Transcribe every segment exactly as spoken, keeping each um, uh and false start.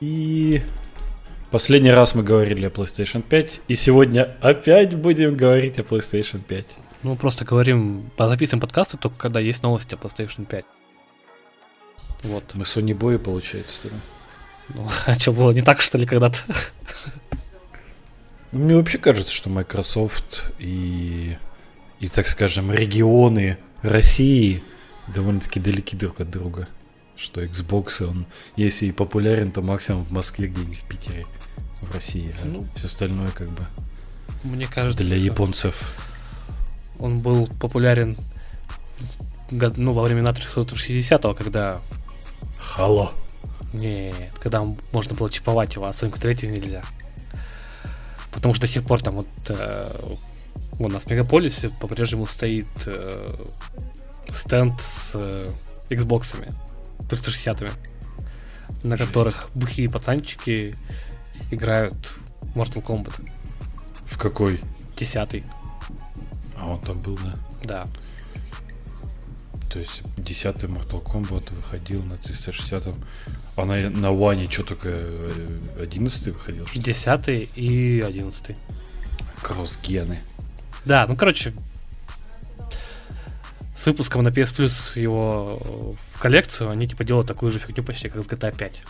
И последний раз мы говорили о PlayStation пять, и сегодня опять будем говорить о PlayStation пять. Ну, просто говорим, записываем подкасты только когда есть новости о PlayStation пять. Вот. Мы Sony Boy, получается, тогда. Ну, а что, было не так, что ли, когда-то? Мне вообще кажется, что Microsoft и, и, так скажем, регионы России довольно-таки далеки друг от друга. Что Xbox, он, если и популярен, то максимум в Москве, где-нибудь в Питере, в России. А ну, все остальное как бы мне кажется, для японцев. Он был популярен ну, во времена триста шестидесятого, когда... Хало. Нет, когда можно было чиповать его, а Соньку третью нельзя. Потому что до сих пор там вот э, у нас в Мегаполисе по-прежнему стоит э, стенд с э, Xbox'ами триста шестидесятыми, на Жесть. Которых бухие пацанчики играют в Mortal Kombat. В какой? Десятый. А он там был, да? Да. То есть десятый Mortal Kombat выходил на триста шестидесятом, а на, на One что только одиннадцатый выходил? Десятый и одиннадцатый. Кросс-гены. Да, ну короче, с выпуском на пи эс Plus его в коллекцию они типа делают такую же фигню почти, как с джи ти эй пять.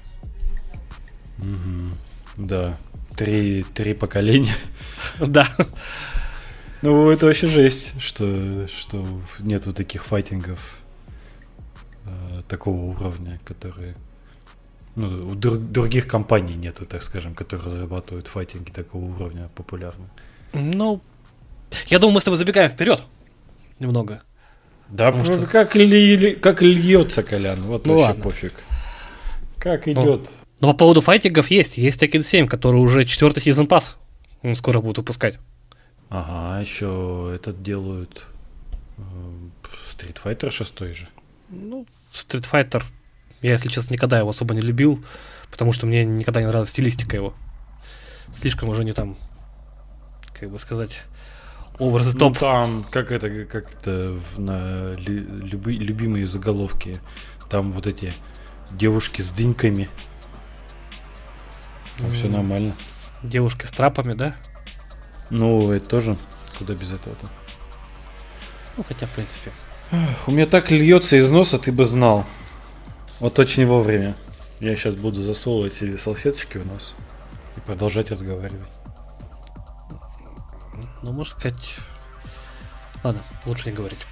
Угу. Да. Три, три поколения. Да. Ну, это вообще жесть, что, что нету таких файтингов э, такого уровня, которые... Ну, у друг, других компаний нету, так скажем, которые разрабатывают файтинги такого уровня популярны. Ну, я думаю, мы с тобой забегаем вперед немного. Да, потому что... как, ли, как льется, Колян, вот ну, вообще ладно. Пофиг. Как идет. Ну, но по поводу файтингов есть. Есть Tekken семь, который уже четвертый сезон пас. Он скоро будут выпускать. Ага, еще этот делают э, Street Fighter шесть же. Ну, Street Fighter, я, если честно, никогда его особо не любил, потому что мне никогда не нравилась стилистика его. Слишком уже не там, как бы сказать, образы топ. Ну, там, как это, как это на люби, любимые заголовки, там вот эти девушки с дыньками. Там mm. все нормально. Девушки с трапами, да? Ну, это тоже. Куда без этого-то? Ну, хотя, в принципе. Эх, у меня так льется из носа, ты бы знал. Вот очень вовремя. Я сейчас буду засовывать себе салфеточки в нос и продолжать разговаривать. Ну, можно сказать... Ладно, лучше не говорить.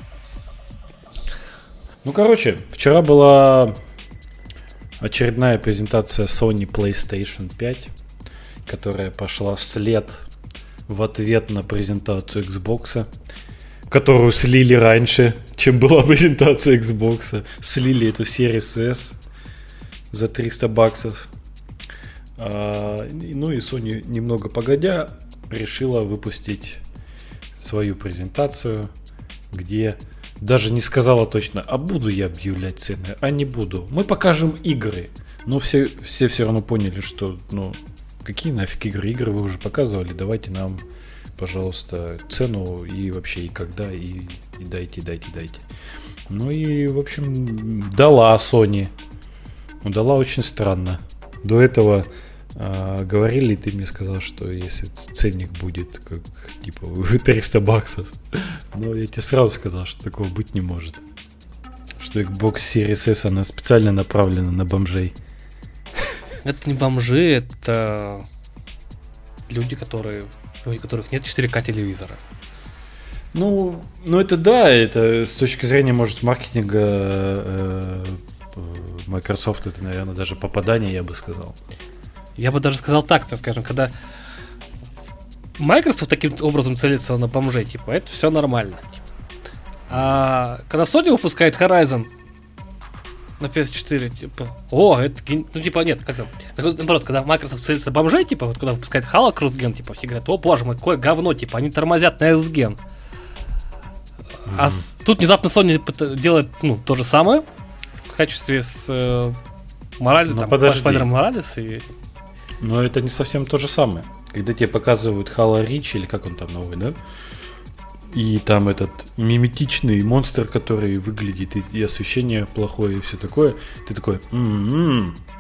Ну, короче, вчера была очередная презентация Sony PlayStation пять, которая пошла вслед в ответ на презентацию Xbox, которую слили раньше, чем была презентация Xbox. Слили эту Series S за триста баксов. А, ну и Sony, немного погодя, решила выпустить свою презентацию, где даже не сказала точно, а буду я объявлять цены, а не буду. Мы покажем игры. Но все все, все равно поняли, что ну какие нафиг игры? Игры вы уже показывали, давайте нам, пожалуйста, цену и вообще и когда, и, и дайте, дайте, дайте. Ну и, в общем, дала Sony. Ну, дала очень странно. До этого э, говорили, ты мне сказал, что если ценник будет как, типа, триста баксов, но я тебе сразу сказал, что такого быть не может. Что Xbox Series S, она специально направлена на бомжей. Это не бомжи, это люди, которые, у которых нет четыре ка телевизора. Ну, ну это да, это с точки зрения, может, маркетинга э, Microsoft, это, наверное, даже попадание, я бы сказал. Я бы даже сказал так, так скажем, когда Microsoft таким образом целится на бомжей, типа, это все нормально. А когда Sony выпускает Horizon на пи эс четыре, типа, о, это, ну, типа, нет, как там, наоборот, когда Microsoft целится на бомжей, типа, вот когда выпускает Halo Cross-Gen, типа, все говорят, о, боже мой, какое говно, типа, они тормозят на X-Gen. Mm-hmm. А с, тут внезапно Sony делает, ну, то же самое в качестве с э, Моралес, там, Spider-Man Моралес и... Но это не совсем то же самое. Когда тебе показывают Halo Reach, или как он там новый, да? И там этот миметичный монстр, который выглядит, и, и освещение плохое, и все такое. Ты такой, м-м-м,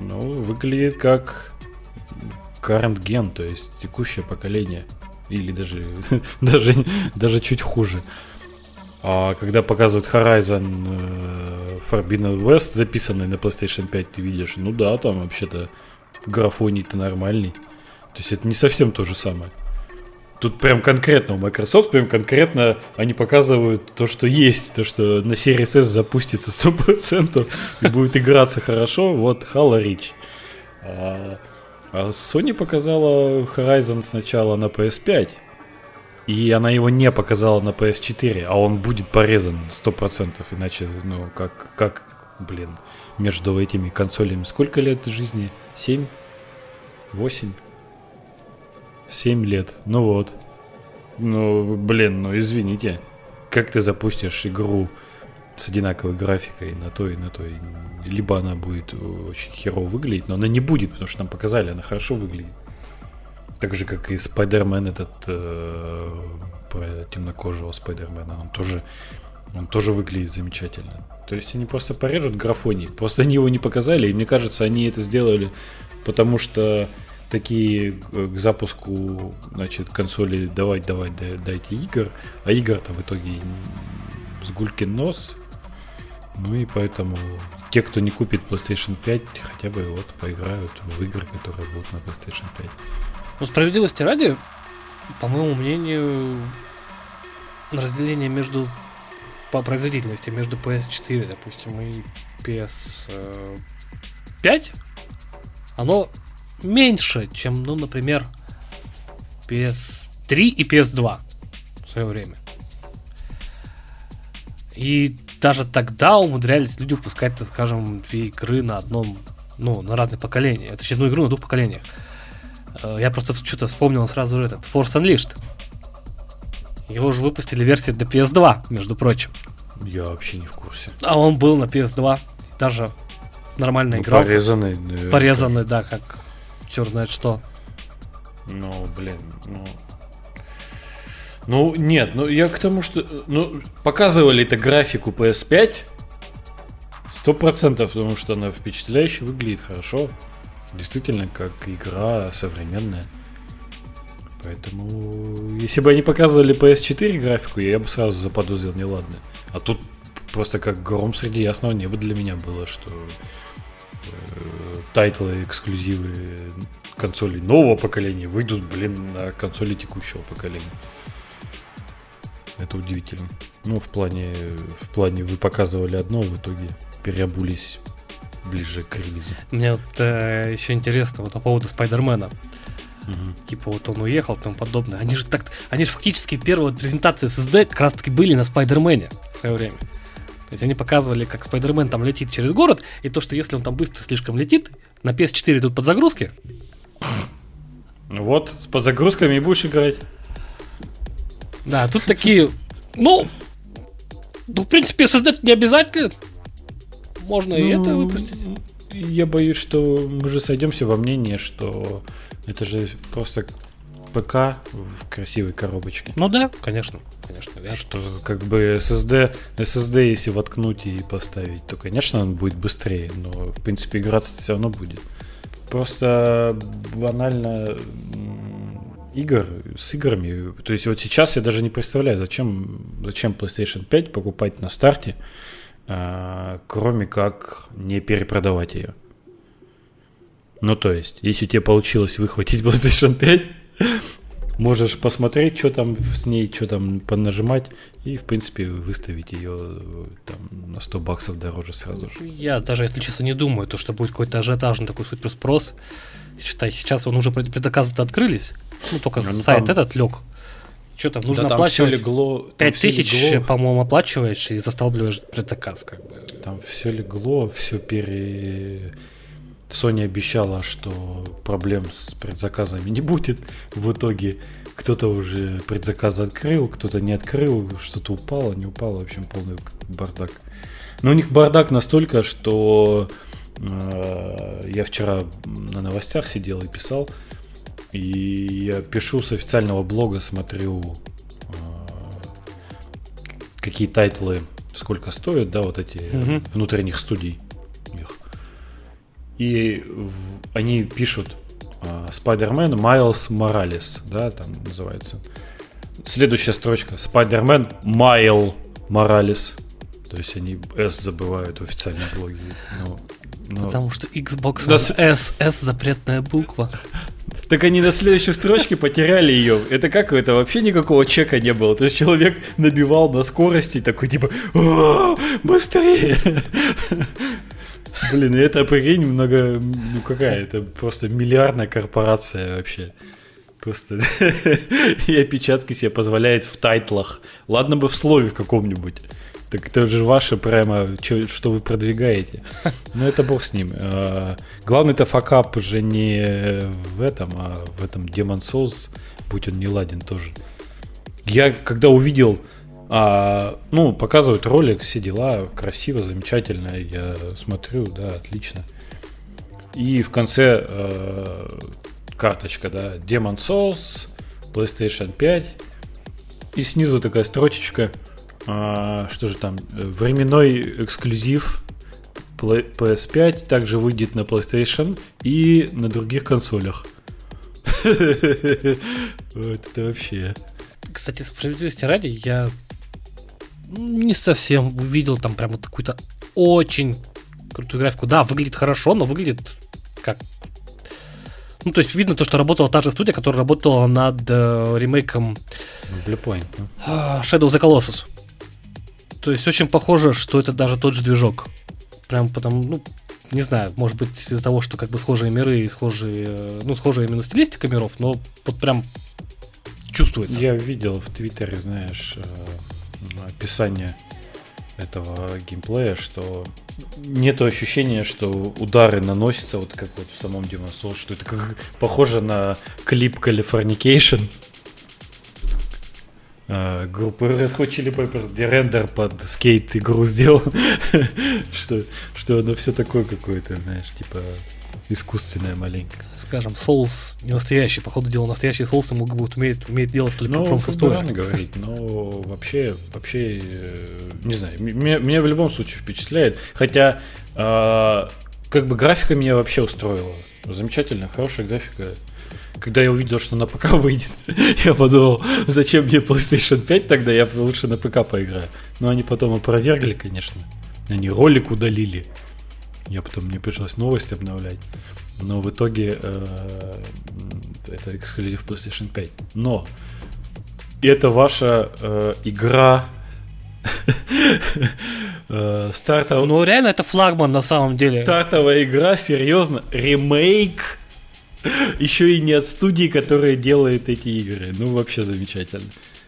Ну, выглядит как current gen, то есть текущее поколение. Или даже, даже, даже чуть хуже. А когда показывают Horizon э, Forbidden West, записанный на PlayStation пять, ты видишь, ну да, там вообще-то графоний-то нормальный. То есть это не совсем то же самое. Тут прям конкретно у Microsoft, прям конкретно они показывают то, что есть, то, что на Series S запустится сто процентов и будет играться хорошо. Вот Halo Reach. А, а Sony показала Horizon сначала на пи эс пять, и она его не показала на пи эс четыре, а он будет порезан сто процентов, иначе, ну, как, как, блин, между этими консолями сколько лет жизни? семь? восемь? семь лет. Ну вот. Ну, блин, ну извините. Как ты запустишь игру с одинаковой графикой на той и на той? Либо она будет очень херово выглядеть, но она не будет, потому что нам показали, она хорошо выглядит. Так же, как и Spider-Man этот э, про темнокожего Spider-Man. Он тоже, он тоже выглядит замечательно. То есть они просто порежут графоний. Просто они его не показали, и мне кажется, они это сделали, потому что такие к запуску, значит, консоли давай, давай, дайте игр, а игр-то в итоге с гулькин нос. Ну и поэтому те, кто не купит PlayStation пять, хотя бы вот поиграют в игры, которые будут на PlayStation пять. Ну, справедливости ради, по моему мнению, разделение между по производительности между пи эс четыре, допустим, и пи эс пять, оно меньше, чем, ну, например, пи эс три и пи эс два в свое время. И даже тогда умудрялись люди выпускать, так скажем, две игры на одном, ну, на разных поколениях. Точнее, одну игру на двух поколениях. Я просто что-то вспомнил сразу же этот Force Unleashed. Его уже выпустили версию для пи эс два, между прочим. Я вообще не в курсе. А он был на пи эс два. Даже нормально ну, игрался. Порезанный. Да, порезанный, да, как черт знает что. Ну, блин, ну... Ну, нет, ну я к тому, что... Ну, показывали это графику пи эс пять сто процентов, потому что она впечатляюще выглядит хорошо. Действительно, как игра современная. Поэтому, если бы они показывали пи эс четыре графику, я бы сразу заподозрил неладное. А тут просто как гром среди ясного неба для меня было, что э, тайтлы, эксклюзивы консолей нового поколения выйдут, блин, на консоли текущего поколения. Это удивительно. Ну, в плане, в плане вы показывали одно, в итоге переобулись ближе к релизу. Мне вот э, еще интересно вот по поводу Спайдермена. Угу. Типа вот он уехал и тому подобное. Они же так, они же фактически первые презентации эс эс ди как раз таки были на Спайдермене в свое время. То есть они показывали, как Спайдермен там летит через город, и то, что если он там быстро слишком летит, на пи эс четыре идут подзагрузки. Вот, с подзагрузками и будешь играть. Да, тут такие, ну, ну, в принципе, эс эс ди не обязательно. Можно ну, и это выпустить. Я боюсь, что мы же сойдемся во мнении, что это же просто ПК в красивой коробочке. Ну да, конечно, конечно. Я... Что как бы эс эс ди, эс эс ди, если воткнуть и поставить, то, конечно, он будет быстрее, но, в принципе, играться все равно будет. Просто банально игр с играми. То есть вот сейчас я даже не представляю, зачем, зачем PlayStation пять покупать на старте, кроме как не перепродавать ее. Ну, то есть, если тебе получилось выхватить PlayStation пять, можешь посмотреть, что там с ней, что там понажимать, и, в принципе, выставить ее там на сто баксов дороже сразу же. Я даже, если честно, не думаю, то, что будет какой-то ажиотажный такой суперспрос. Считай, сейчас он уже предзаказы-то открылись. Ну, только ну, сайт там... этот лег. Что там, нужно да, оплачивать? Легло, пять тысяч, по-моему, оплачиваешь и заставляешь предзаказ. Как бы. Там все легло, все пере... Sony обещала, что проблем с предзаказами не будет. В итоге кто-то уже предзаказы открыл, кто-то не открыл, что-то упало, не упало. В общем, полный бардак. Но у них бардак настолько, что э, я вчера на новостях сидел и писал. И я пишу с официального блога, смотрю, э, какие тайтлы, сколько стоят, да, вот эти mm-hmm. внутренних студий их. и в, они пишут Spider-Man Miles Morales, да, там называется. Следующая строчка Spider-Man Miles Morales. То есть они S забывают в официальном блоге. Но, но... Потому что Xbox да, S, S запретная буква. Так они на следующей строчке потеряли ее. Это как это? Вообще никакого чека не было. То есть человек набивал на скорости такой типа быстрее. Блин, и это, прикинь, много... Ну какая? Это просто миллиардная корпорация вообще. Просто и опечатки себе позволяет в тайтлах. Ладно бы в слове в каком-нибудь. Так это же ваше прямо, что вы продвигаете. Но это бог с ним. Главный это факап же не в этом, а в этом Demon's Souls, будь он не ладен тоже. Я когда увидел... А, ну, показывают ролик, все дела, красиво, замечательно, я смотрю, да, отлично. И в конце э, карточка, да, Demon's Souls, PlayStation пять, и снизу такая строчечка, а, что же там, временной эксклюзив пи эс пять также выйдет на PlayStation и на других консолях. Вот это вообще. Кстати, справедливости ради, я не совсем увидел там прям вот какую-то очень крутую графику. Да, выглядит хорошо, но выглядит как... Ну, то есть видно то, что работала та же студия, которая работала над э, ремейком Bluepoint, ну. Shadow of the Colossus. То есть очень похоже, что это даже тот же движок. Прям потому, ну, не знаю, может быть из-за того, что как бы схожие миры и схожие, ну, схожая именно стилистика миров, но вот прям чувствуется. Я видел в Твиттере, знаешь, описание этого геймплея, что нету ощущения, что удары наносятся вот как вот в самом Demon's Souls, что это как похоже на клип Californication группы Red Hot Chili Peppers, где рендер под скейт игру сделал, что, что оно все такое какое-то, знаешь, типа искусственное маленько. Скажем, Souls не настоящий, по ходу дела настоящий Souls ему будет уметь, уметь делать только ну, From Software. Рано говорить, но вообще, вообще, не знаю, меня, меня в любом случае впечатляет, хотя э, как бы графика меня вообще устроила. Замечательно, хорошая графика. Когда я увидел, что на ПК выйдет, я подумал, зачем мне PlayStation пять тогда, я лучше на ПК поиграю. Но они потом опровергли, конечно. Они ролик удалили. Я потом, мне пришлось новости обновлять. Но в итоге э, это эксклюзив PlayStation пять. Но это ваша э, игра э, стартовая... Ну реально это флагман на самом деле. Стартовая игра, серьезно, ремейк. Еще и не от студии, которая делает эти игры. Ну, вообще замечательно.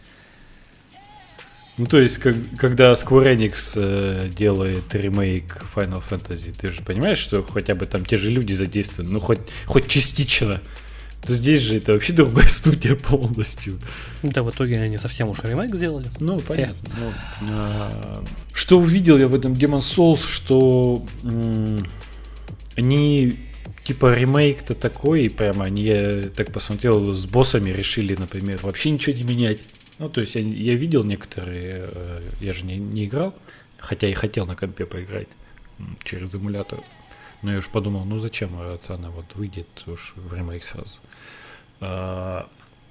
Ну, то есть, как, когда Square Enix э, делает ремейк Final Fantasy, ты же понимаешь, что хотя бы там те же люди задействованы, ну, хоть, хоть частично. То здесь же это вообще другая студия полностью. Да, в итоге они совсем уж ремейк сделали. Ну, понятно. Ну, а, что увидел я в этом Demon's Souls, что м- они... Типа ремейк-то такой, прямо они, я так посмотрел, с боссами решили, например, вообще ничего не менять. Ну, то есть я, я видел некоторые, я же не, не играл, хотя и хотел на компе поиграть через эмулятор. Но я уж подумал, ну зачем, раз она вот выйдет уж в ремейк сразу. А,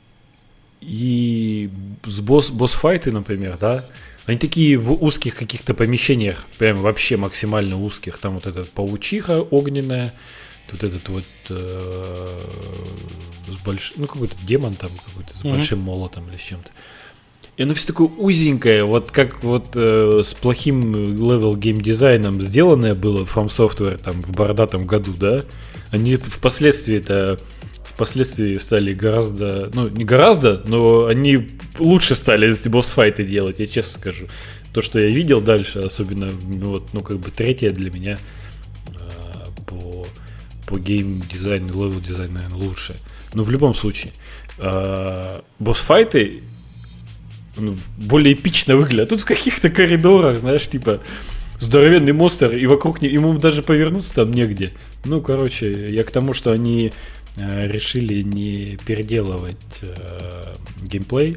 и с босс, босс-файты, например, да, они такие в узких каких-то помещениях, прям вообще максимально узких. Там вот эта паучиха огненная, вот этот вот э, с большим, ну какой-то демон там какой-то с mm-hmm. большим молотом или с чем-то. И оно все такое узенькое, вот как вот э, с плохим левел геймдизайном сделанное было From Software там в бородатом году, да? Они впоследствии это впоследствии стали гораздо, ну не гораздо, но они лучше стали эти босс-файты делать, я честно скажу. То, что я видел дальше, особенно вот, ну как бы третье для меня э, по по гейм-дизайну, левел-дизайну, наверное, лучше. Но в любом случае, э, босс-файты ну, более эпично выглядят. Тут в каких-то коридорах, знаешь, типа здоровенный монстр, и вокруг него ему даже повернуться там негде. Ну, короче, я к тому, что они э, решили не переделывать э, геймплей.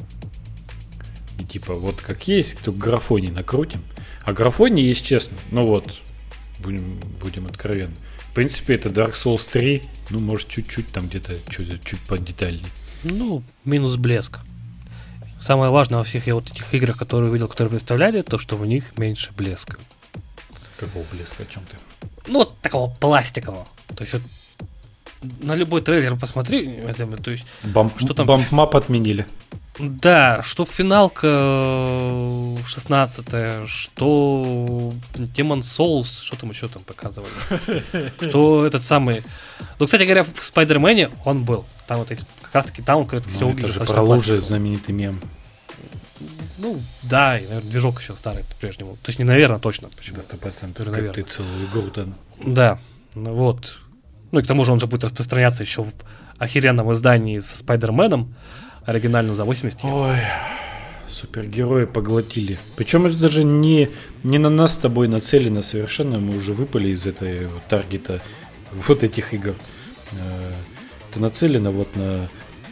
И типа, вот как есть, то графоний накрутим. А графоний, если честно, ну вот, будем, будем откровенны, принципе, это Dark Souls три, ну, может, чуть-чуть там где-то, чуть, чуть подетальнее. Ну, минус блеск. Самое важное во всех вот этих играх, которые увидел, которые представляли, то, что в них меньше блеска. Какого блеска, о чем ты? Ну, вот такого пластикового. То есть вот на любой трейлер посмотри, это, то есть, Бамп, что там... Бампмап отменили. Да, что финалка шестнадцатая, что Demon Souls, что там еще там показывали. Что этот самый... Ну, кстати говоря, в Спайдермене он был. Там вот эти, как раз таки там, как Ну, это же про лужи знаменитый мем. Ну, да, и, наверное, движок еще старый по-прежнему. То есть не наверное, точно. Почему? сто процентов, как наверное. Ты целую игру там. Да, ну вот. Ну и к тому же он же будет распространяться еще в охеренном издании со Спайдерменом, оригинальном за восемьдесят. Ой, супергерои поглотили. Причем это даже не, не на нас с тобой нацелено совершенно. Мы уже выпали из этой вот таргета вот этих игр. Это нацелено вот на...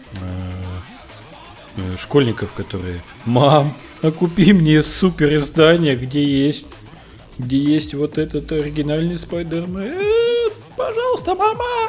школьников, которые: мам, а купи мне супер издание, где есть где есть вот этот оригинальный Спайдермен. Пожалуйста, мама.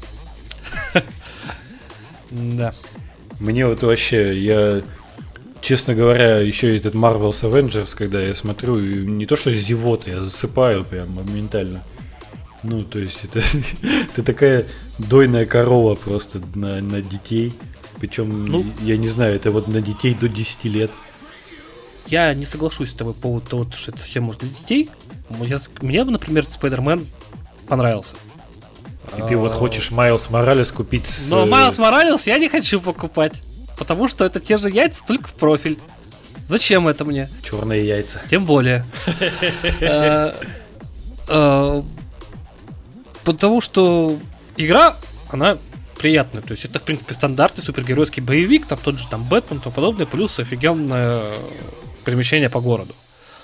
Да. Мне вот вообще, я, честно говоря, еще этот Marvel's Avengers, когда я смотрю, не то что зевота, я засыпаю прям моментально. Ну, то есть это, это такая дойная корова просто на, на детей. Причем, ну, я не знаю, это вот на детей до десяти лет. Я не соглашусь с тобой по поводу того, что это совсем может для детей. Я, мне, например, Спайдермен понравился. И ты вот хочешь Майлз Моралес купить с... Но Майлз Моралес я не хочу покупать. Потому что это те же яйца, только в профиль. Зачем это мне? Черные яйца. Тем более. Потому что игра, она приятная. То есть это, в принципе, стандартный супергеройский боевик, там тот же там Бэтмен, то подобное, плюс офигенное перемещение по городу.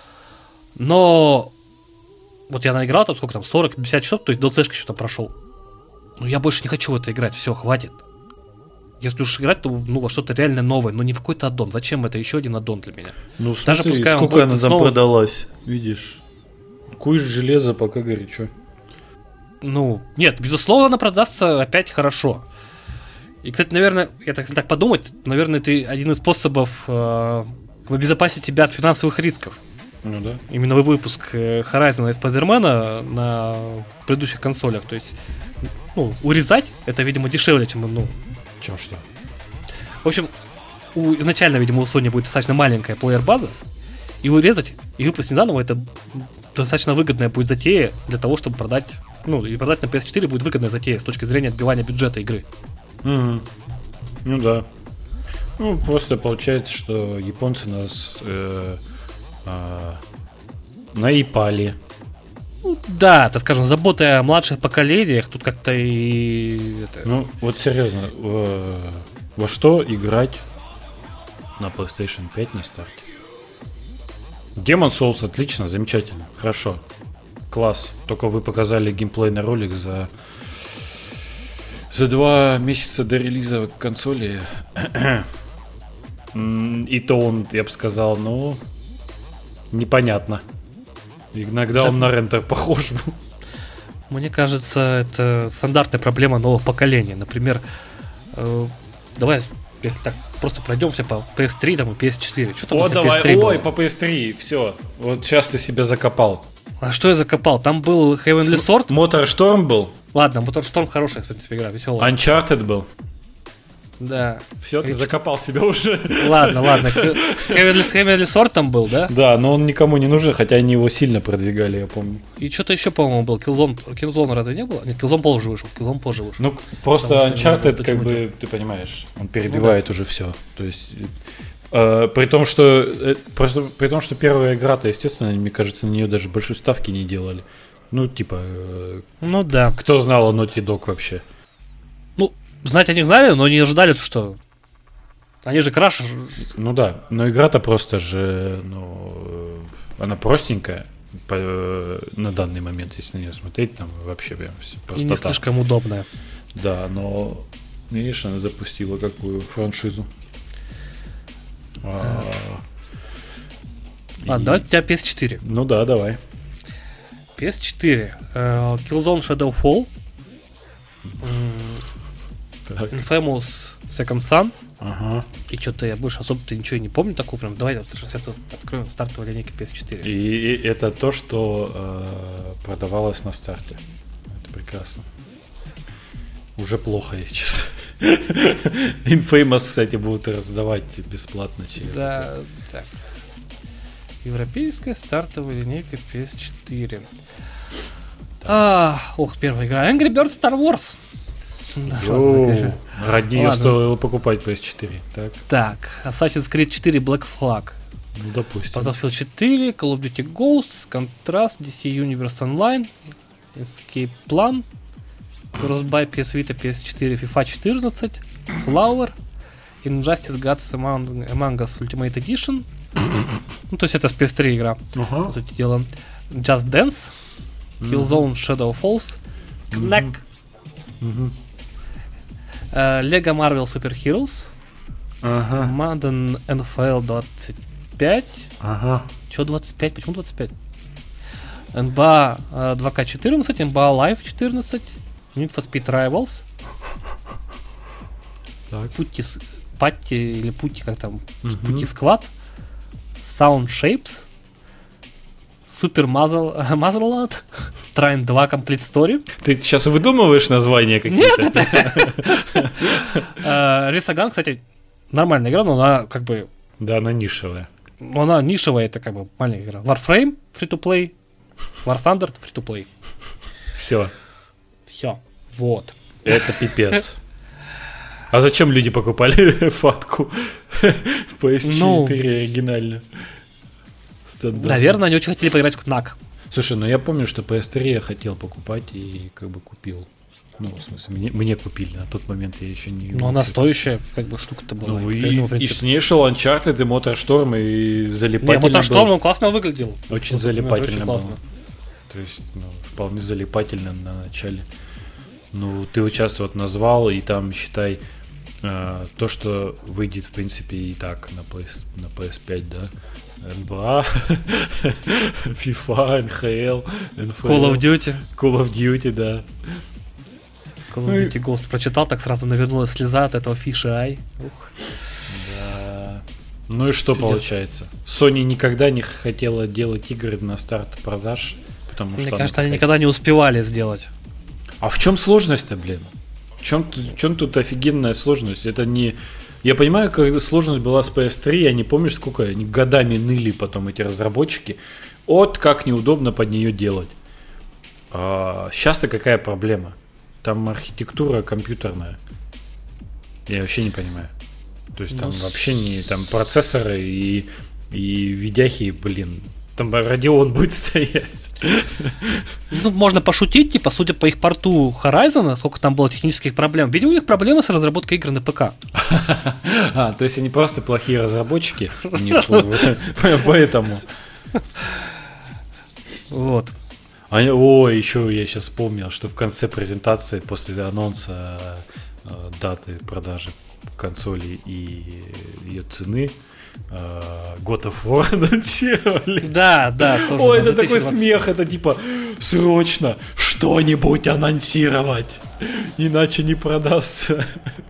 Но вот я наиграл там сколько там, сорок-пятьдесят часов, то есть ДЛЦшка еще там прошел. Ну я больше не хочу в это играть, все, хватит. Если уж играть, то ну, во что-то реально новое, но не в какой-то аддон. Зачем это еще один аддон для меня? Ну смотри, даже пускай сколько она там снова... продалась, видишь. Куешь железо, пока горячо. Ну, нет, безусловно, она продастся опять хорошо. И, кстати, наверное, я так, если так подумать, наверное, это один из способов э, обезопасить себя от финансовых рисков. Ну да. Именно выпуск Horizon и Spider-Man на предыдущих консолях. То есть, ну, урезать это, видимо, дешевле, чем, ну... Чем что? В общем, у, изначально, видимо, у Sony будет достаточно маленькая плеер-база, и урезать, и выпустить заново, это достаточно выгодная будет затея для того, чтобы продать... Ну, и продать на пи эс четыре будет выгодная затея с точки зрения отбивания бюджета игры. Mm-hmm. Ну да. Ну, просто получается, что японцы нас э, э, наипали. Ну, да, так скажем, забота о младших поколениях тут как-то и... Это... Ну, вот серьезно, э, во что играть на PlayStation пять на старте? Demon Souls отлично, замечательно, хорошо. Класс. Только вы показали геймплейный ролик за за два месяца до релиза консоли. И то он, я бы сказал, ну, непонятно. Иногда так, он на рендер похож был. Мне кажется, это стандартная проблема новых поколений. Например, э, давай, если так просто пройдемся по пи эс три там, и пи эс четыре. Что там О, давай, пи эс три ой, было? по пи эс три, все. Вот сейчас ты себя закопал. А что я закопал? Там был Heavenly Sword. Motorstorm был. Ладно, Motorstorm хорошая, в принципе, игра, веселая. Uncharted был. Да. Все, ты закопал себя уже. Ладно, ладно. Heavenly, Heavenly Sword там был, да? Да, но он никому не нужен, хотя они его сильно продвигали, я помню. И что-то еще, по-моему, был. Killzone, Killzone разве не было? Нет, Killzone позже вышел. Killzone позже вышел. Ну, просто Uncharted, как бы, ты понимаешь, он перебивает ну, да. уже все. То есть... Uh, при том, что uh, просто при том, что первая игра-то, естественно, мне кажется, на нее даже большой ставки не делали. Ну, типа, uh, ну да. Кто знал о Naughty Dog вообще? Ну, знать они знали, но не ожидали, что они же краш. Ну да, но игра-то просто же, ну, она простенькая по, на данный момент, если на нее смотреть, там вообще прям простота. И не слишком удобная. Да, но видишь, она запустила какую франшизу. А, а и... давай у тебя пи эс четыре. Ну да, давай. пи эс четыре. Uh, Killzone Shadowfall. Так. Infamous Second Son. Ага. И что-то я больше особо-то ничего не помню такого прям. Давай сейчас вот откроем стартовую линейку пи эс четыре. И, и это то, что э, продавалось на старте. Это прекрасно. Уже плохо, если честно. Infamous, кстати, будут раздавать бесплатно через. Да, так. Европейская стартовая линейка пи эс четыре. А, ох, первая игра. Angry Birds Star Wars. Йоу, ради нее стоило покупать пи эс четыре. Так. Так, Assassin's Creed четыре Black Flag. Ну, допустим. Battlefield четыре, Call of Duty Ghosts, Contrast, ди си Universe Online, Escape Plan, Crossbuy, пи эс Vita, пи эс четыре, FIFA четырнадцать, Flower, Injustice Gods Among, Among Us Ultimate Edition. Ну, то есть это с пи эс три игра, Ага. по сути дела. Just Dance, Killzone Shadow Falls, Knack, Мгм. э, Lego Marvel Super Heroes, Ага. Madden эн эф эл двадцать пять. Ага. Чё двадцать пять? Почему двадцать пять? эн би эй э, два ка четырнадцать, эн би эй Live четырнадцать, Need for Speed Rivals, Так. Путти, с- Патти или Путти, как там, Мгм. Путти Squad, Sound Shapes, Super Muzzle, Muzzleload, Trine два Complete Story, Ты сейчас выдумываешь названия какие-то? Нет, это... Э, Resogun, кстати, нормальная игра, но она как бы... Да, она нишевая. Ну, она нишевая, это как бы маленькая игра. Warframe free-to-play, War Thunder free-to-play. Все. Все. Вот. Это пипец. А зачем люди покупали фатку в пи эс четыре Ну, оригинально? Стандарт. Наверное, они очень хотели поиграть в Knack. Слушай, ну я помню, что пи эс три я хотел покупать и как бы купил. Ну, в смысле, мне, мне купили. На тот момент я еще не... Но она стоящая, как бы, штука-то была. Ну, и, Поэтому, в и принципе, с ней шел Uncharted, и Motorstorm, и Не, залипательно Motorstorm, был. он классно выглядел. Очень Вот, залипательно очень было. классно. То есть, ну, вполне залипательно на начале. Ну, ты вот сейчас вот назвал, и там, считай, э, то, что выйдет, в принципе, и так на, пи эс, на пи эс пять, да? эн би эй, FIFA, эн эйч эл, эн эф эл, Call of Duty. Call of Duty, да. Call Ну of и- Duty Ghost прочитал, так сразу навернулась слеза от этого Fish Eye. Ух. Да. Ну и что Чудесно. получается? Sony никогда не хотела делать игры на старт продаж, потому Мне что... кажется, она они такая- никогда не успевали сделать. А в чем сложность-то, блин? В чем, в чем тут офигенная сложность? Это не... Я понимаю, когда сложность была с пи эс три, я не помню, сколько они годами ныли потом эти разработчики. Вот как неудобно под нее делать. А сейчас-то какая проблема? Там архитектура компьютерная. Я вообще не понимаю. То есть там Ну, с- вообще не там процессоры и, и видяхи, блин. Там Radeon будет стоять. Ну, можно пошутить, типа, судя по их порту Horizon, сколько там было технических проблем. Видимо, у них проблемы с разработкой игр на ПК. А, то есть они просто плохие разработчики. Не по- Поэтому. Вот. Они- О, еще я сейчас вспомнил, что в конце презентации, после анонса э, даты продажи консоли и ее цены, э, God of War анонсировали. Да, да, тоже. Ой, на это такой две тысячи двадцать. смех, это типа срочно что-нибудь анонсировать, иначе не продастся.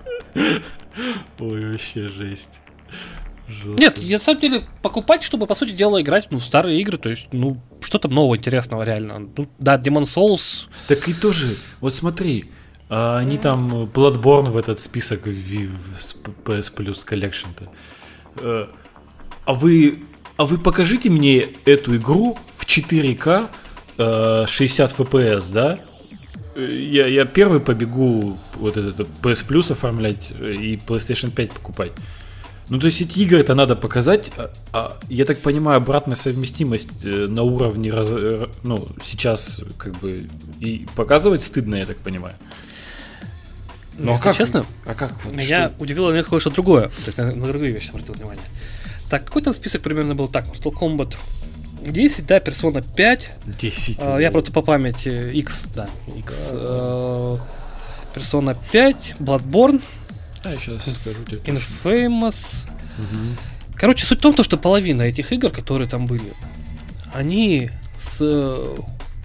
Ой, вообще жесть. Жестко. Нет, я, на самом деле, покупать, чтобы, по сути дела, играть ну, в старые игры, то есть, ну, что-то нового интересного реально. Ну, да, Demon Souls. Так и тоже, вот смотри, а, они там Bloodborne в этот список ввели с пи эс Plus Collection-то. Э, А вы, а вы покажите мне эту игру в четыре ка э, шестьдесят эф пи эс, да? Э, Я, я первый побегу вот этот пи эс Plus оформлять э, и PlayStation пять покупать. Ну, то есть эти игры-то надо показать, а, а, я так понимаю, обратная совместимость э, на уровне, раз, э, ну, сейчас как бы и показывать стыдно, я так понимаю. Ну, Если честно, А как вот меня что? удивило наверное, кое-что другое. То есть, на, на другие вещи обратил внимание. Так, какой там список примерно был? Так, Mortal Kombat десять, да, Persona пять. десять. А, я просто по памяти X, да, X. э, Persona пять, Bloodborne, А, я сейчас скажу тебе. Infamous. Мгм. Короче, суть в том, то, что половина этих игр, которые там были, они с э,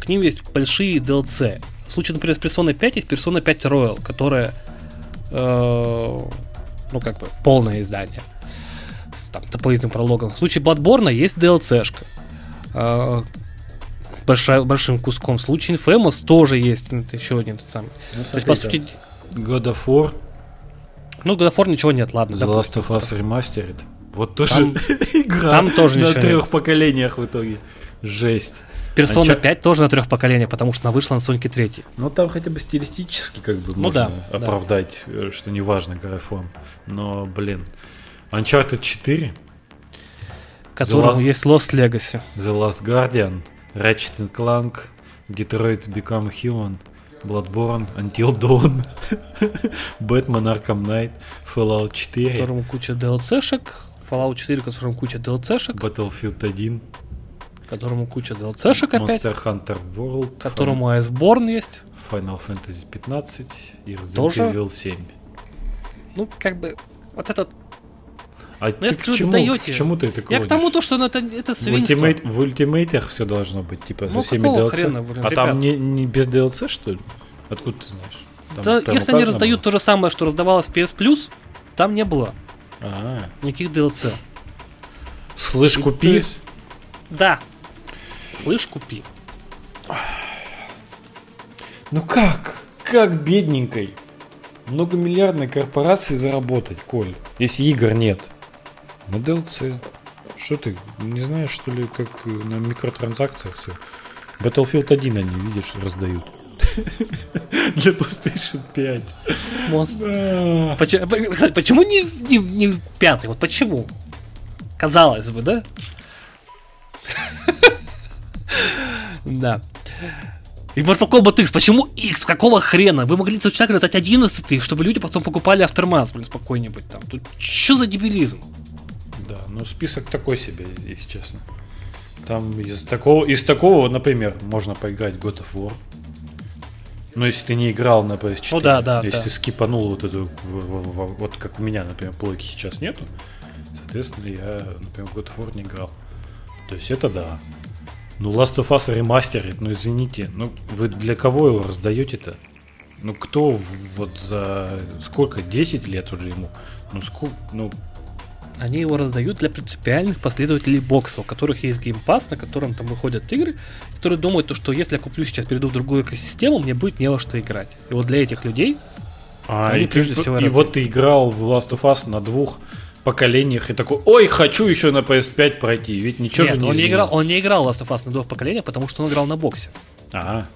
к ним есть большие ди эл си. В случае, например, с Persona пять есть Persona пять Royal, которая э, ну, как бы, полное издание с там, дополнительным прологом. В случае Bloodborne есть ди эл си-шка э, большая, большим куском. В случае Infamous тоже есть еще один тот самый. Ну, то есть, по сути... God of War. Ну, God of War ничего нет, ладно. The допустим, Last of Us Remastered. Вот тоже там, игра там тоже на ничего трех нет. поколениях в итоге. Жесть. Persona а пять тоже на трех поколениях, потому что она вышла на Sonic три. Ну там хотя бы стилистически как бы ну, можно да, оправдать, да. что неважно графон. Но, блин. Uncharted четыре. Которому Last... есть Lost Legacy. The Last Guardian. Ratchet and Clank. Detroit Become Human. Bloodborne, Until Dawn, Batman Arkham Knight, Fallout четыре. Которому куча ди эл си-шек. Fallout четыре, которому куча ди эл си-шек. Battlefield один. Которому куча ди эл си-шек опять. Monster Hunter World. Которому Iceborne есть. Final Fantasy пятнадцать и Resident Тоже? Evil семь. Ну, как бы, вот этот... А ну, ты к чему, к чему ты это клонишь? Я к тому, то, что ну, это, это свинство. В, ультимейт, в ультимейтах все должно быть, типа, со ну, всеми ди эл си. Хрена, блин, а ребят? там не, не без ди эл си, что ли? Откуда ты знаешь? Там Да, если они раздают было? то же самое, что раздавалось в пи эс Plus, там не было А-а-а. никаких ди эл си. Слышь, купи. Есть... Да. Слышь, купи. Ну как? Как бедненькой многомиллиардной корпорации заработать, Коль, если игр нет? На ди эл си. Что ты, не знаешь, что ли, как на микротранзакциях все? Battlefield один они, видишь, раздают. Для PlayStation пять. Кстати, почему не, не, не пятый? Вот почему? Казалось бы, да? Да. И Mortal Kombat X, почему X? Какого хрена? Вы могли так раздать одиннадцатый, чтобы люди потом покупали Aftermath, блин, спокойнибудь там. Тут что за дебилизм? Да, ну список такой себе, если честно. Там из такого, из такого, например, можно поиграть God of War. Но если ты не играл на пи эс четыре, ну, да, да, если да. ты скипанул вот эту, вот как у меня, например, плойки сейчас нету, соответственно, я, например, God of War не играл. То есть это да. Ну, Last of Us Remastered, ну извините, ну вы для кого его раздаете-то? Ну кто вот за сколько, десять лет уже ему? Ну сколько, ну... Они его раздают для принципиальных последователей бокса, у которых есть Game Pass, на котором там выходят игры, которые думают, что если я куплю сейчас, перейду в другую экосистему, мне будет не во что играть. И вот для этих людей а, они и, прежде ты, всего и вот ты играл в Last of Us на двух поколениях и такой, ой, хочу еще на пи эс пять пройти, ведь ничего Нет, же не он не изменилось. играл, он не играл в Last of Us на двух поколениях, потому что он играл на боксе. А,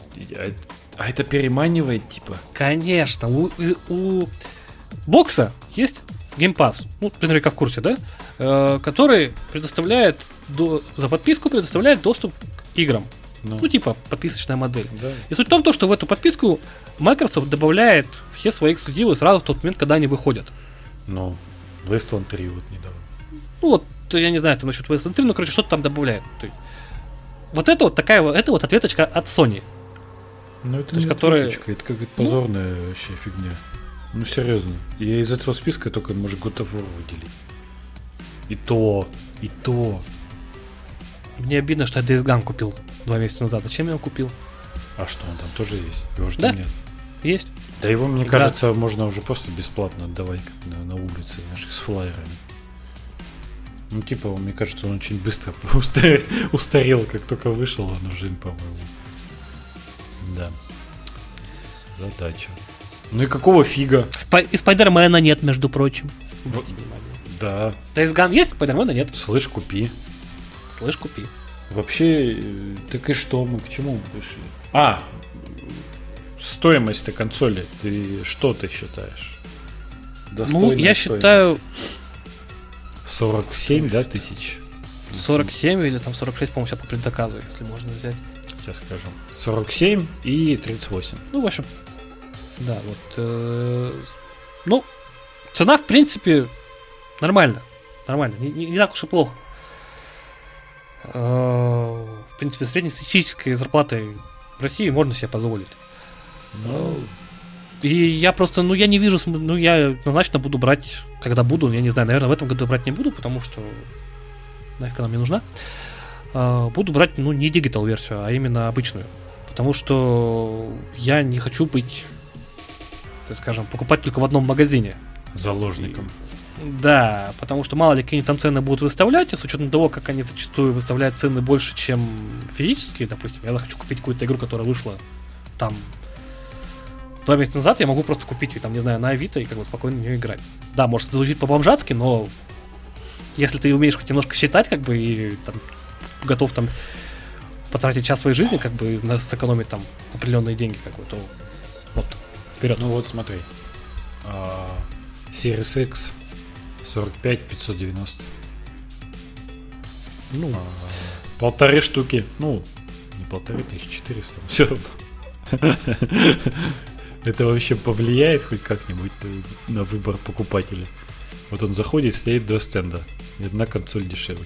а это переманивает, типа? Конечно, у, у бокса есть Game Pass, ну, ты наверняка в курсе, да? Э, который предоставляет до, за подписку предоставляет доступ к играм. Ну, ну типа подписочная модель. Да. И суть в том, что в эту подписку Microsoft добавляет все свои эксклюзивы сразу в тот момент, когда они выходят. Ну, Wasteland три вот недавно. Ну вот, я не знаю, там насчет Wasteland три, но, короче, что-то там добавляют. То есть, вот это вот такая вот, это вот ответочка от Sony. Ну, это То не есть, которые... ответочка, это какая-то позорная ну... вообще фигня. Ну, серьезно. Я из этого списка только, может, God of War выделить. И то, и то. Мне обидно, что я Days Gone купил два месяца назад. Зачем я его купил? А что, он там тоже есть? Его же да, там нет. Есть. Да его, мне Игра... кажется, можно уже просто бесплатно отдавать на, на улице, знаешь, с флайерами. Ну, типа, мне кажется, он очень быстро устарел, устарел, как только вышел, он уже, по-моему. Да. Задача. Ну и какого фига? Спай- и Спайдермена нет, между прочим. Вот. Да. Days Gone есть, Спайдермена нет. Слышь, купи. Слышь, купи. Вообще, так и что, мы к чему пришли? А, стоимость консоли, ты что ты считаешь? Достойная ну, я стоимость? Считаю... сорок семь, да, тысяч? сорок семь или там сорок шесть, по-моему, сейчас по предзаказу, если можно взять. Сейчас скажу. сорок семь и тридцать восемь. Ну, в общем, да, вот. Э, ну, цена, в принципе, нормально. Нормально. Не, не, не так уж и плохо. Э, в принципе, среднестатистической зарплатой в России можно себе позволить. Ну... И я просто, ну, я не вижу, ну, я однозначно буду брать, когда буду, я не знаю, наверное, в этом году брать не буду, потому что нафиг она мне нужна. э, буду брать, ну, не digital версию, а именно обычную. Потому что я не хочу быть, так скажем, покупать только в одном магазине. Заложником. Да, потому что мало ли какие там цены будут выставлять, и с учетом того, как они зачастую выставляют цены больше, чем физические, допустим, я захочу купить какую-то игру, которая вышла там два месяца назад, я могу просто купить ее, там, не знаю, на Авито и как бы спокойно в нее играть. Да, может, это звучит по-бомжатски, но если ты умеешь хоть немножко считать, как бы, и там, готов там потратить час своей жизни, как бы, на, сэкономить там определенные деньги, как бы, то вот, вперед. Ну вот смотри. Series X сорок пять пятьсот девяносто. Ну, А, полторы штуки. Ну, не полторы, тысячи четыреста. Все равно. Это вообще повлияет хоть как-нибудь на выбор покупателя? Вот он заходит, стоит два стенда. И одна консоль дешевле.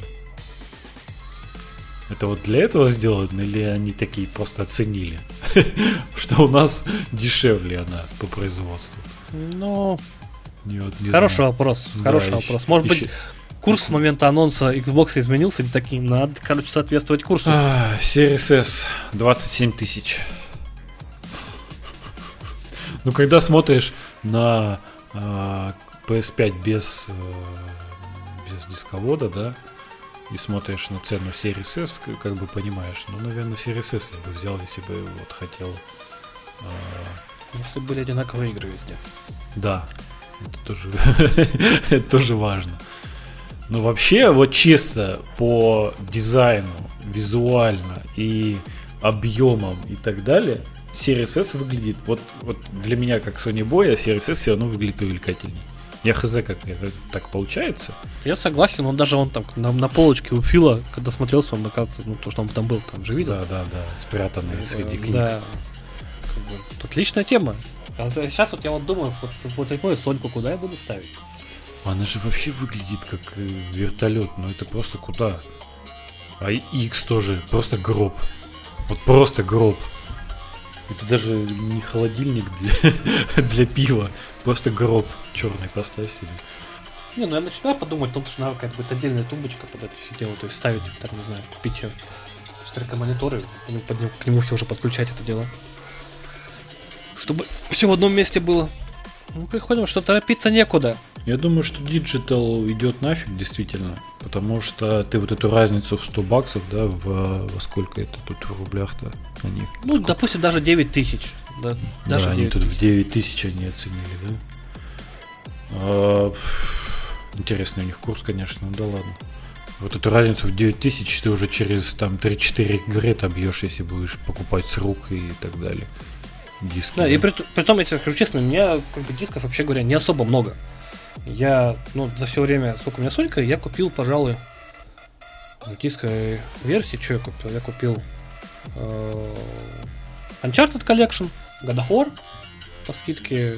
Это вот для этого сделано, или они такие просто оценили, что у нас дешевле она по производству? ну, Не, вот не хороший знаю. вопрос, Да, хороший еще- вопрос. Может еще- быть, курс с момента анонса Xbox изменился, и такие, надо, короче, соответствовать курсу. А, Series S двадцать семь тысяч. Ну, когда смотришь на а, пи эс пять без, э, без дисковода, да, и смотришь на цену Series S, к- как бы понимаешь, ну, наверное, Series S я бы взял, если бы вот хотел. а, Если были одинаковые игры везде. Да, это тоже, это тоже важно. Но вообще, вот чисто по дизайну, визуально и объемам и так далее, Series S выглядит, вот, вот для меня, как Sony Boy, Series S все равно выглядит привлекательней. Я хз, как это так получается. Я согласен, он даже он там на, на полочке у Фила, когда смотрелся, он, оказывается, ну, то, что он там был, там же видел. Да, да, да, спрятанные Э, среди книг. Да. Как бы, тут отличная тема. А то сейчас вот я вот думаю, вот, вот такую Соньку куда я буду ставить? Она же вообще выглядит как э, вертолет, но это просто куда? А X тоже, просто гроб. Вот просто гроб. Это даже не холодильник для, для пива, просто гроб черный поставь себе. Не, ну я начинаю подумать, ну, что надо какая-то будет отдельная тумбочка под это все дело, то есть ставить, так не знаю, купить четыре мониторы, и под ним- к нему все уже подключать это дело. Чтобы все в одном месте было. Ну, приходим, что торопиться некуда. Я думаю, что Digital идет нафиг, действительно, потому что ты вот эту разницу в сто баксов, да, в, во сколько это тут в рублях-то они? Ну, допустим, даже девять тысяч. Да, даже да, они девять тут тысяч. в девять тысяч они оценили, да? А, пф, интересный у них курс, конечно, ну да ладно. Вот эту разницу в девять тысяч ты уже через там три-четыре игры отобьешь, если будешь покупать с рук и так далее. Диски. Да, и при, при том, я тебе скажу честно, у меня как бы дисков, вообще говоря, не особо много. Я, ну, за все время, сколько у меня Сонька, я купил, пожалуй, в дисковой версии, что я купил? Я купил э, Uncharted Collection, God of War по скидке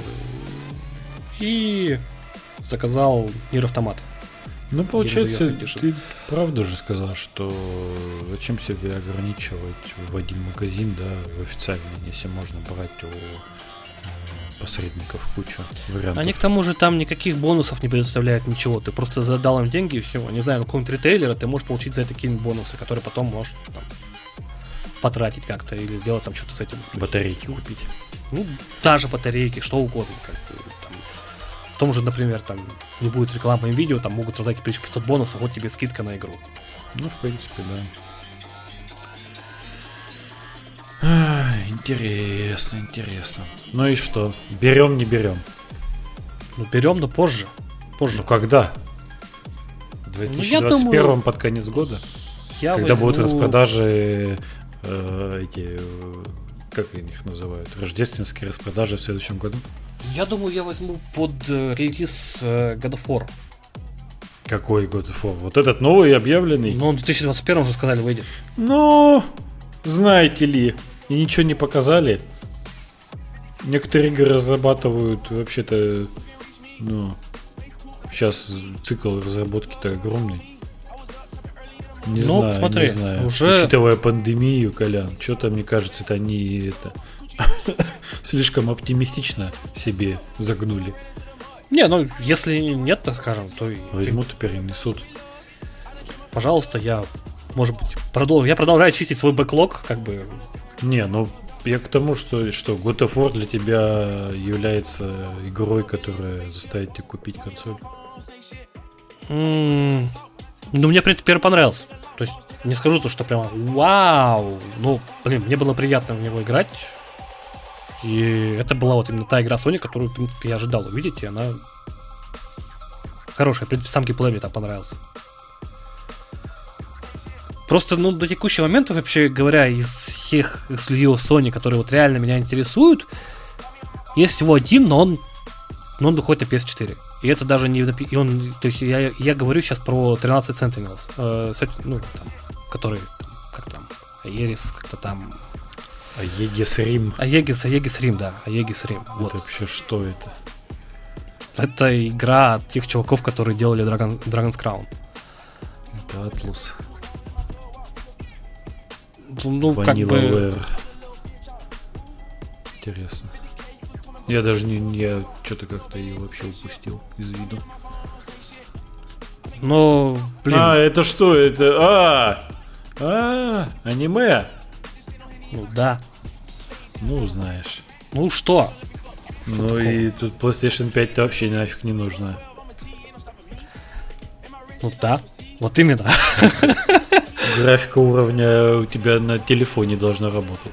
и заказал Nier Automata. Ну, получается, Где заехать ты правду же сказал, что зачем себя ограничивать в один магазин, да, в официальный, если можно брать у э, посредников кучу вариантов. Они к тому же там никаких бонусов не предоставляют, ничего. Ты просто задал им деньги и все. Не знаю, на каком-нибудь ритейлера ты можешь получить за это какие-нибудь бонусы, которые потом можешь там, потратить как-то или сделать там что-то с этим. Батарейки купить. Ну, даже батарейки, что угодно. Как бы, там, в том же, например, там не будет рекламы видео, там могут раздать тысяча пятьсот бонусов, вот тебе скидка на игру. Ну, в принципе, да. А, интересно, интересно. Ну и что? Берем, не берем? Ну, берем, но позже. Позже. Ну, когда? В две тысячи двадцать первом Ну, думаю, под конец года? Я Когда возьму- будут распродажи, э, эти, э, как они их называют, рождественские распродажи в следующем году? Я думаю, я возьму под э, релиз э, God of War. Какой God of War? Вот этот новый объявленный? Ну, он в две тысячи двадцать первом уже сказали, выйдет. Ну, знаете ли, и ничего не показали. Некоторые игры разрабатывают вообще-то, ну, сейчас цикл разработки-то огромный. Не Ну, знаю, смотри, не знаю. уже- Учитывая пандемию, Колян, что-то, мне кажется, это они это слишком оптимистично себе загнули. Не, ну, если нет, так скажем, то и- Возьмут и перенесут. пожалуйста, я может быть, продолжу. Я продолжаю чистить свой бэклог, как бы. Не, ну я к тому, что, что God of War для тебя является игрой, которая заставит тебя купить консоль. Mm, ну, мне, в принципе, первый понравился. То есть, не скажу то, что прямо вау. Ну, блин, мне было приятно в него играть. И это была вот именно та игра Sony, которую, в принципе, я ожидал увидеть, и она хорошая. В принципе, сам геймплей мне там понравился. Просто, ну, до текущего момента, вообще говоря, из всех студио Sony, которые вот реально меня интересуют, есть всего один, но он, но он выходит на пи эс четыре. И это даже не... И он, то есть я, я говорю сейчас про тринадцать Sentinels, э, ну, там, который, как там, Аерис, как-то там... Аегис Рим. Аегис, Аегис Рим, да, Аегис Рим. Это вот. вообще что это? Это игра от тех чуваков, которые делали Dragon, Dragon's Crown. Это Atlus. Ну, как бы... Интересно. Я даже не, не что-то как-то ее вообще упустил из виду. Ну, блин. А, это что? Это... А, а, аниме? Ну, да. Ну, знаешь. Ну, что? Ну, что и тут PlayStation пять-то вообще нафиг не нужна. Ну, да. Вот именно. Графика уровня у тебя на телефоне должна работать.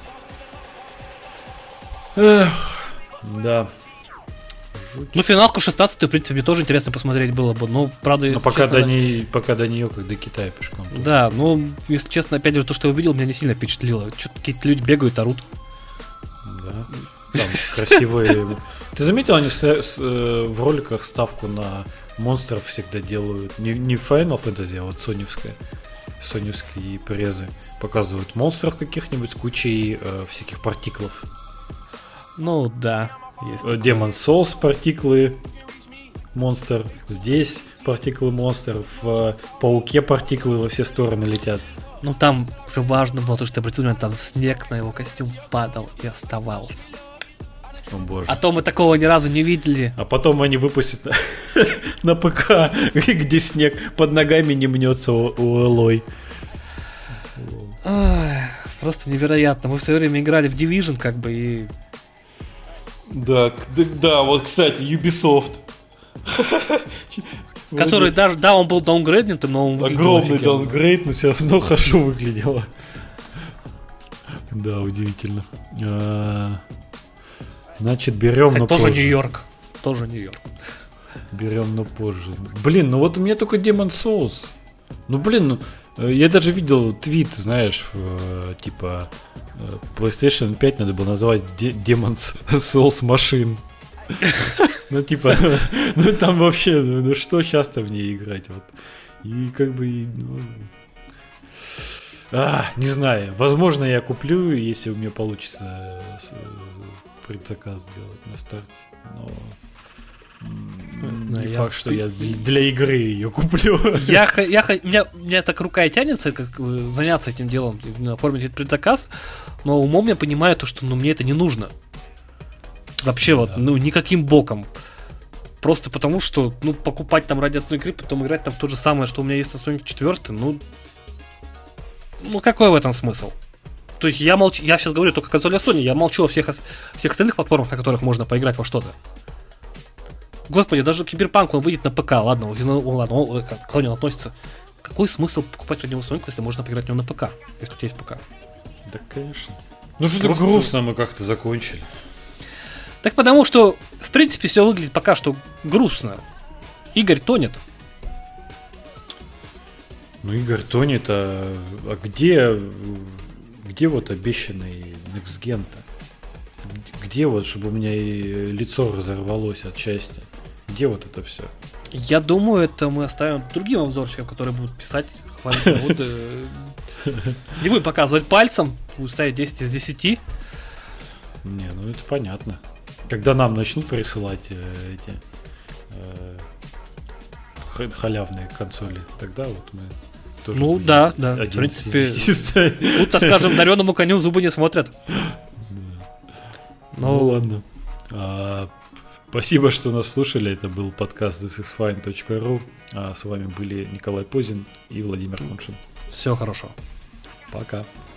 Эх, да. Жуть. Ну, финалку шестнадцать, в принципе, мне тоже интересно посмотреть было бы. Ну, правда, Но пока, честно, до ней, пока до нее, как до Китая пешком. Да, ну, если честно, опять же, то, что я увидел, меня не сильно впечатлило. Что-то какие-то люди бегают, орут. Да. Там красивые. Ты заметил, они с, с, э, в роликах ставку на монстров всегда делают. Не, не Final Fantasy, а вот соневская. Соневские презы показывают монстров каких-нибудь с кучей э, всяких партиклов. Ну да, есть. Demon Souls партиклы монстр. Здесь партиклы монстр. В Пауке партиклы во все стороны летят. Ну там все важно было то, что ты обратил внимание, там снег на его костюм падал и оставался. О боже. А то мы такого ни разу не видели. А потом они выпустят на ПК, где снег под ногами не мнется у Элой. Просто невероятно. Мы все время играли в Division, как бы, и... Да, да, вот, кстати, Ubisoft. Который даже, да, он был даунгрейднутым, но он выглядел огромный даунгрейд, но все равно хорошо выглядело. Да, удивительно. А, значит, берем, кстати, но тоже позже. Нью-Йорк. Тоже Нью-Йорк. Берем, но позже. Блин, ну вот у меня только Demon Souls. Ну, блин, ну, я даже видел твит, знаешь, в, типа PlayStation пять надо было назвать Demon Souls Machine. Ну, типа, ну там вообще, ну что сейчас-то в ней играть, вот. И как бы, ну... А, не знаю, возможно, я куплю, если у меня получится предзаказ сделать на старте, но... Не я... факт, что я для игры ее куплю. Я, я, у, меня, у меня так рука и тянется, как заняться этим делом, оформить этот предзаказ, но умом я понимаю то, что ну, мне это не нужно. Вообще да. Вот, ну, никаким боком. Просто потому, что, ну, покупать там ради одной игры, потом играть там то же самое, что у меня есть на Sonic четыре, ну... Ну, какой в этом смысл? То есть я молчу, я сейчас говорю только консоль Sony, я молчу о всех, всех остальных платформах, на которых можно поиграть во что-то. Господи, даже Киберпанк, он выйдет на ПК, ладно, ну, ладно, он, к клону относится. Какой смысл покупать ради него Sonic, если можно поиграть в него на ПК, если у тебя есть ПК? Да, конечно. Ну что-то Просто... грустно мы как-то закончили. Так потому что, в принципе, все выглядит пока что грустно. Игорь тонет. Ну, Игорь тонет, а, а где, где вот обещанный Next Gen-то? Где вот, чтобы у меня и лицо разорвалось от счастья? Где вот это все? Я думаю, это мы оставим другим обзорщикам, которые будут писать, хвалить заводы. Не будем показывать пальцем, будем ставить десять из десяти. Не, ну это понятно. Когда нам начнут присылать э, эти э, халявные консоли, тогда вот мы тоже. Ну да, да. В принципе, тут-то, скажем, дареному коню зубы не смотрят. Ну, ну ладно. А, спасибо, что нас слушали. Это был подкаст this is fine точка ru. А с вами были Николай Позин и Владимир Куншин. Всего хорошего. Пока.